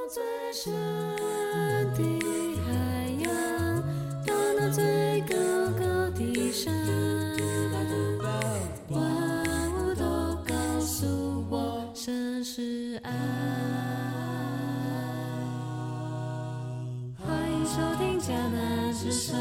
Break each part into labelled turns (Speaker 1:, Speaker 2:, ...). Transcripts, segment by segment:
Speaker 1: 最深的海洋，到那最高高的山，万物都告诉我，神是爱。欢迎收听迦南之声。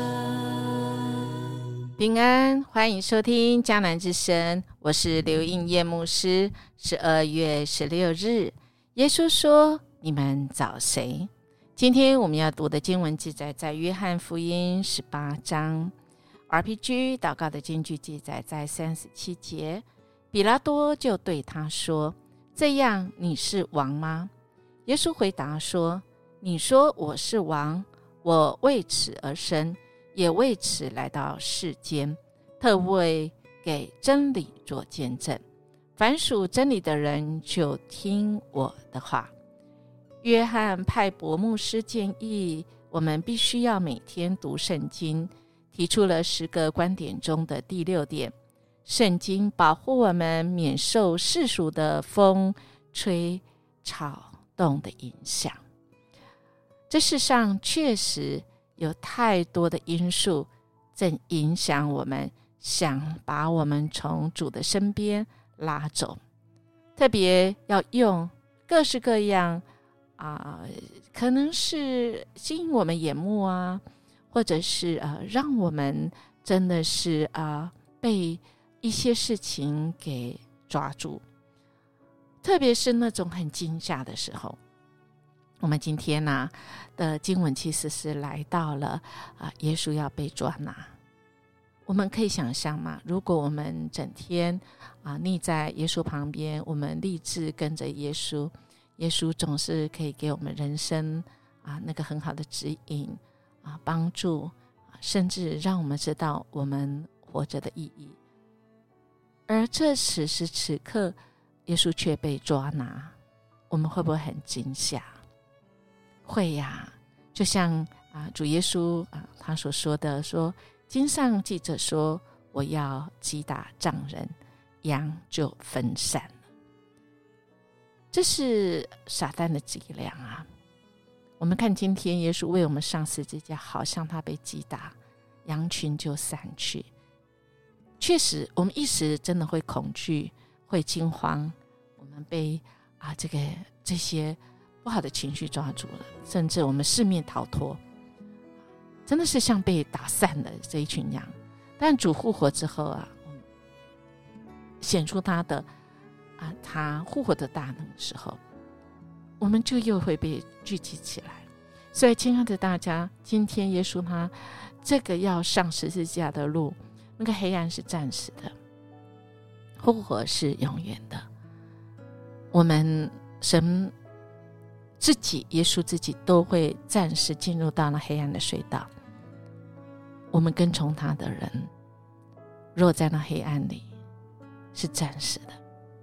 Speaker 2: 平安，欢迎收听迦南之声，我是刘应叶牧师。12月16日，耶稣说：“你们找谁？”今天我们要读的经文记载在约翰福音18章。RPG 祷告的金句记载在37节。比拉多就对他说：“这样你是王吗？”耶稣回答说：“你说我是王，我为此而生，也为此来到世间，特为给真理做见证。凡属真理的人就听我的话。”约翰派伯牧师建议我们必须要每天读圣经，提出了10个观点中的第6点：圣经保护我们免受世俗的风吹草动的影响。这世上确实有太多的因素正影响我们，想把我们从主的身边拉走，特别要用各式各样可能是吸引我们眼目啊，或者是让我们真的是被一些事情给抓住，特别是那种很惊吓的时候。我们今天的经文其实是来到了耶稣要被抓拿。我们可以想象吗？如果我们整天腻在耶稣旁边，我们立志跟着耶稣，耶稣总是可以给我们人生那个很好的指引帮助甚至让我们知道我们活着的意义。而此时此刻，耶稣却被抓拿，我们会不会很惊吓？会呀，就像主耶稣他所说的，说经上记着说，我要击打杖人，羊就分散了。这是撒旦的伎俩我们看今天耶稣为我们上十字架，好像他被击打，羊群就散去。确实我们一时真的会恐惧，会惊慌，我们被这些不好的情绪抓住了，甚至我们四面逃脱，真的是像被打散了这一群羊。但主复活之后显出他的他复活的大能的时候，我们就又会被聚集起来。所以亲爱的大家，今天耶稣他这个要上十字架的路，那个黑暗是暂时的，复活是永远的。我们神自己，耶稣自己都会暂时进入到那黑暗的隧道。我们跟从他的人，若在那黑暗里是暂时的，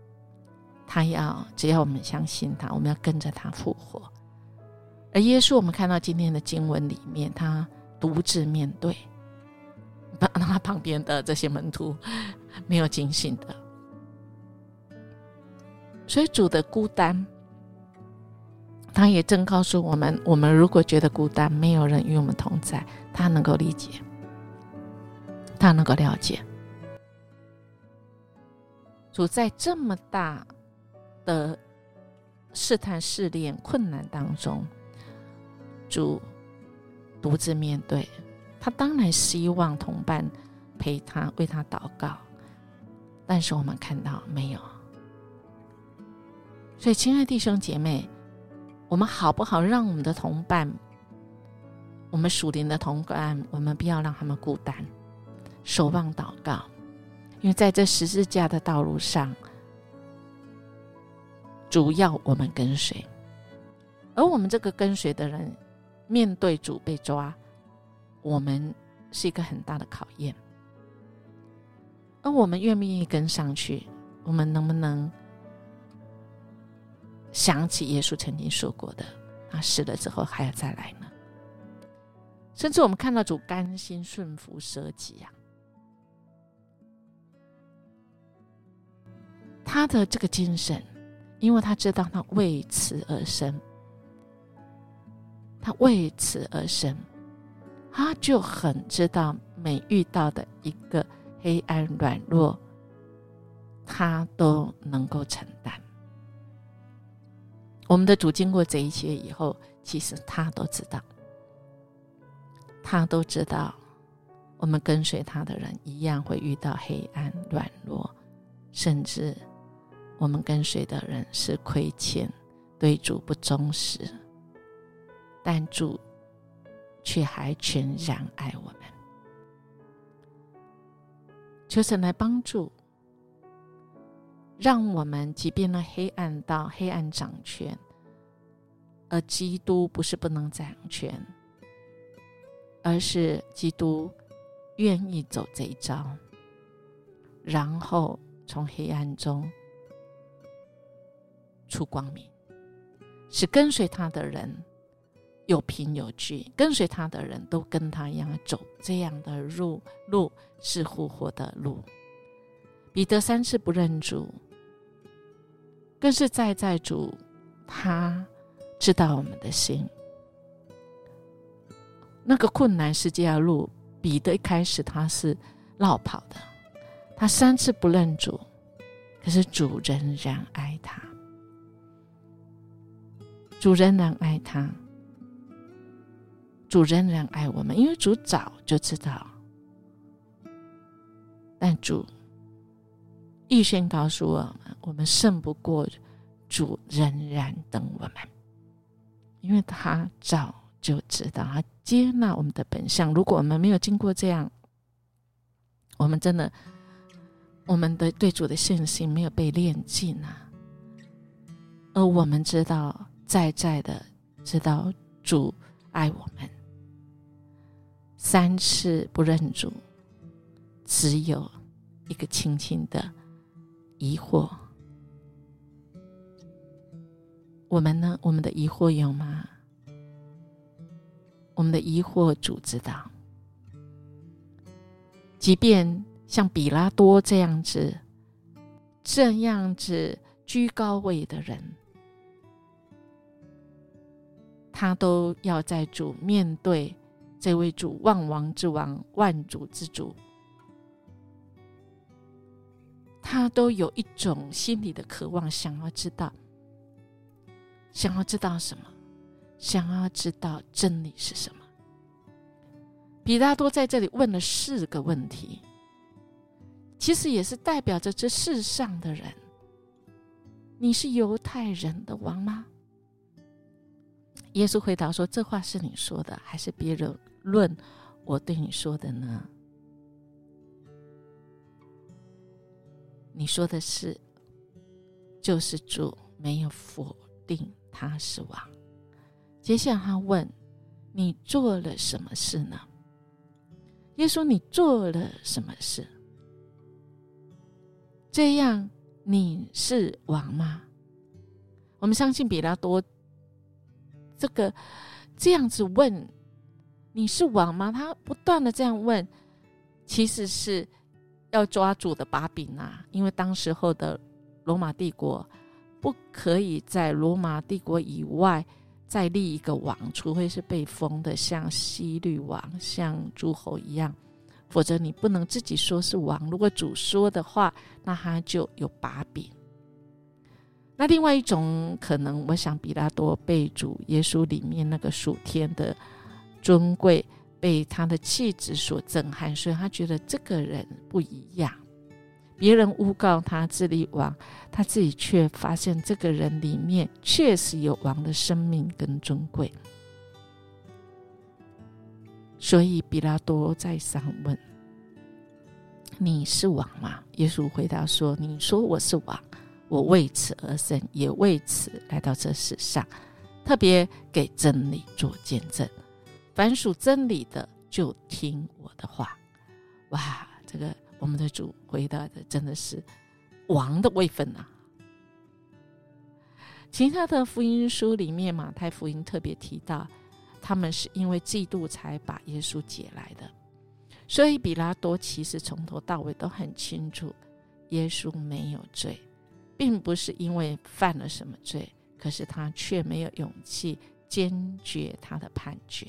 Speaker 2: 只要我们相信他，我们要跟着他复活。而耶稣，我们看到今天的经文里面，他独自面对，他旁边的这些门徒没有警醒的。所以主的孤单，他也正告诉我们，我们如果觉得孤单，没有人与我们同在，他能够理解，他能够了解。主在这么大的试探、试炼、困难当中，主独自面对，他当然希望同伴陪他，为他祷告，但是我们看到没有。所以亲爱的弟兄姐妹，我们好不好让我们的同伴，我们属灵的同伴，我们不要让他们孤单，守望祷告。因为在这十字架的道路上，主要我们跟随，而我们这个跟随的人，面对主被抓，我们是一个很大的考验。而我们愿不愿意跟上去？我们能不能想起耶稣曾经说过的，他死了之后还要再来呢？甚至我们看到主甘心顺服舍己他的这个精神，因为他知道他为此而生， 他为此而生，他就很知道每遇到的一个黑暗软弱，他都能够承担。我们的主经过这一切以后，其实他都知道，他都知道我们跟随他的人一样会遇到黑暗软弱，甚至我们跟随的人是亏欠，对主不忠实，但主却还全然爱我们。求神来帮助，让我们即便那黑暗到黑暗掌权，而基督不是不能掌权，而是基督愿意走这一招，然后从黑暗中出光明，使跟随他的人有凭有据，跟随他的人都跟他一样走这样的路是复活的路。彼得3次不认主，更是在主他知道我们的心。那个困难世界的路，彼得一开始他是绕跑的，他3次不认主，可是主仍然爱他，主仍然爱他，主仍然爱我们，因为主早就知道，但主预先告诉我们胜不过主，仍然等我们，因为他早就知道，他接纳我们的本相。如果我们没有经过这样，我们真的，我们的对主的信心没有被炼尽啊。而我们知道，在的知道主爱我们，3次不认主，只有一个轻轻的疑惑。我们呢？我们的疑惑有吗？我们的疑惑主知道。即便像比拉多这样子居高位的人，他都要在主面对这位主，万王之王，万主之主，他都有一种心里的渴望，想要知道什么？想要知道真理是什么？比拉多在这里问了4个问题，其实也是代表着这世上的人，你是犹太人的王吗？耶稣回答说，这话是你说的，还是别人论我对你说的呢？你说的是，就是主没有否定他是王。接下来他问，你做了什么事呢？耶稣，你做了什么事？这样你是王吗？我们相信比拉多这样子问，你是王吗？他不断的这样问，其实是要抓主的把柄啊！因为当时候的罗马帝国不可以在罗马帝国以外再立一个王，除非是被封的像希律王，像诸侯一样，否则你不能自己说是王。如果主说的话，那他就有把柄。那另外一种可能，我想比拉多被主耶稣里面那个属天的尊贵，被他的气质所震撼，所以他觉得这个人不一样。别人诬告他自立王，他自己却发现这个人里面确实有王的生命跟尊贵。所以比拉多再三问，你是王吗？耶稣回答说，你说我是王，我为此而生，也为此来到这世上，特别给真理做见证。凡属真理的，就听我的话。哇，这个我们的主回答的真的是王的位分啊！其他的福音书里面，马太福音特别提到，他们是因为嫉妒才把耶稣解来的。所以比拉多其实从头到尾都很清楚，耶稣没有罪，并不是因为犯了什么罪，可是他却没有勇气坚决他的判决。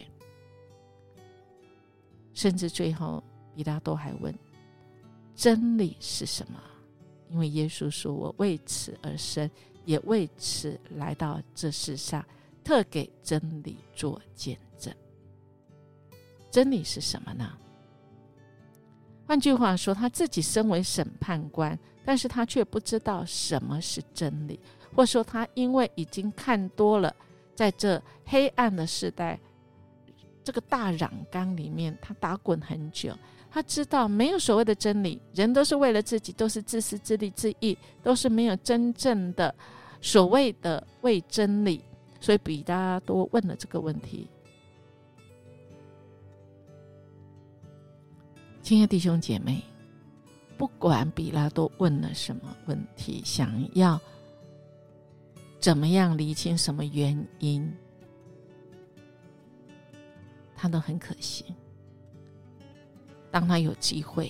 Speaker 2: 甚至最后彼拉多还问真理是什么，因为耶稣说我为此而生，也为此来到这世上，特给真理做见证。真理是什么呢？换句话说，他自己身为审判官，但是他却不知道什么是真理，或说他因为已经看多了，在这黑暗的时代，这个大染缸里面他打滚很久，他知道没有所谓的真理，人都是为了自己，都是自私自利自义，都是没有真正的所谓的为真理。所以彼拉多问了这个问题。亲爱的弟兄姐妹，不管彼拉多问了什么问题，想要怎么样厘清什么原因，他都很可惜。当他有机会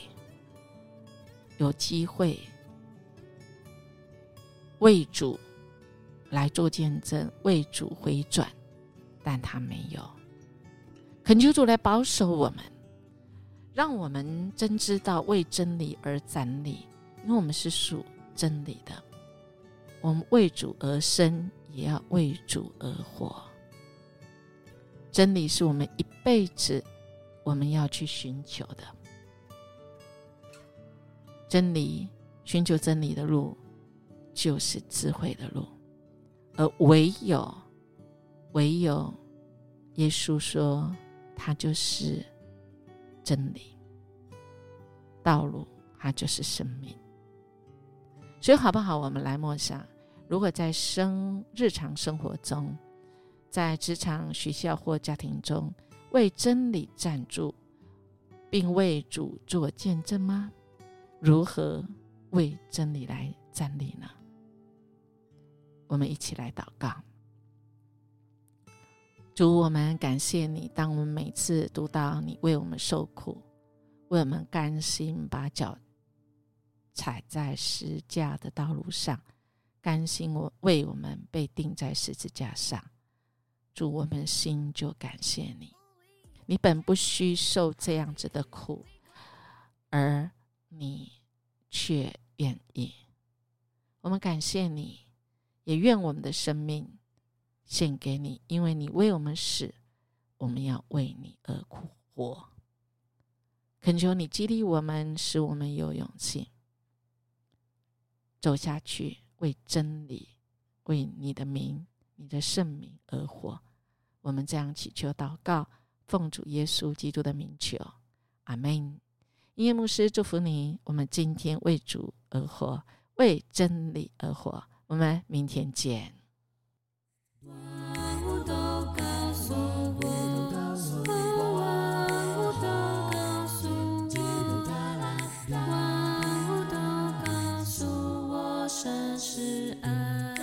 Speaker 2: 为主来做见证，为主回转，但他没有。恳求主来保守我们，让我们真知道为真理而站立，因为我们是属真理的，我们为主而生，也要为主而活。真理是我们一辈子我们要去寻求的。真理，寻求真理的路就是智慧的路，而唯有耶稣说他就是真理，道路，它就是生命。所以好不好，我们来默想，如果在日常生活中，在职场、学校或家庭中，为真理站住，并为主做见证吗？如何为真理来站立呢？我们一起来祷告。主，我们感谢你，当我们每次读到你为我们受苦，为我们甘心把脚踩在十架的道路上，甘心为我们被钉在十字架上，主，我们心就感谢你。你本不需受这样子的苦，而你却愿意。我们感谢你，也愿我们的生命献给你，因为你为我们死，我们要为你而活。恳求你激励我们，使我们有勇气走下去，为真理，为你的名，你的圣名而活。我们这样祈求祷告，奉主耶稣基督的名求，阿们。音乐牧师祝福你，我们今天为主而活，为真理而活。我们明天见。
Speaker 1: 万物都告诉我，万物都告诉我，万物都告诉我，神是爱。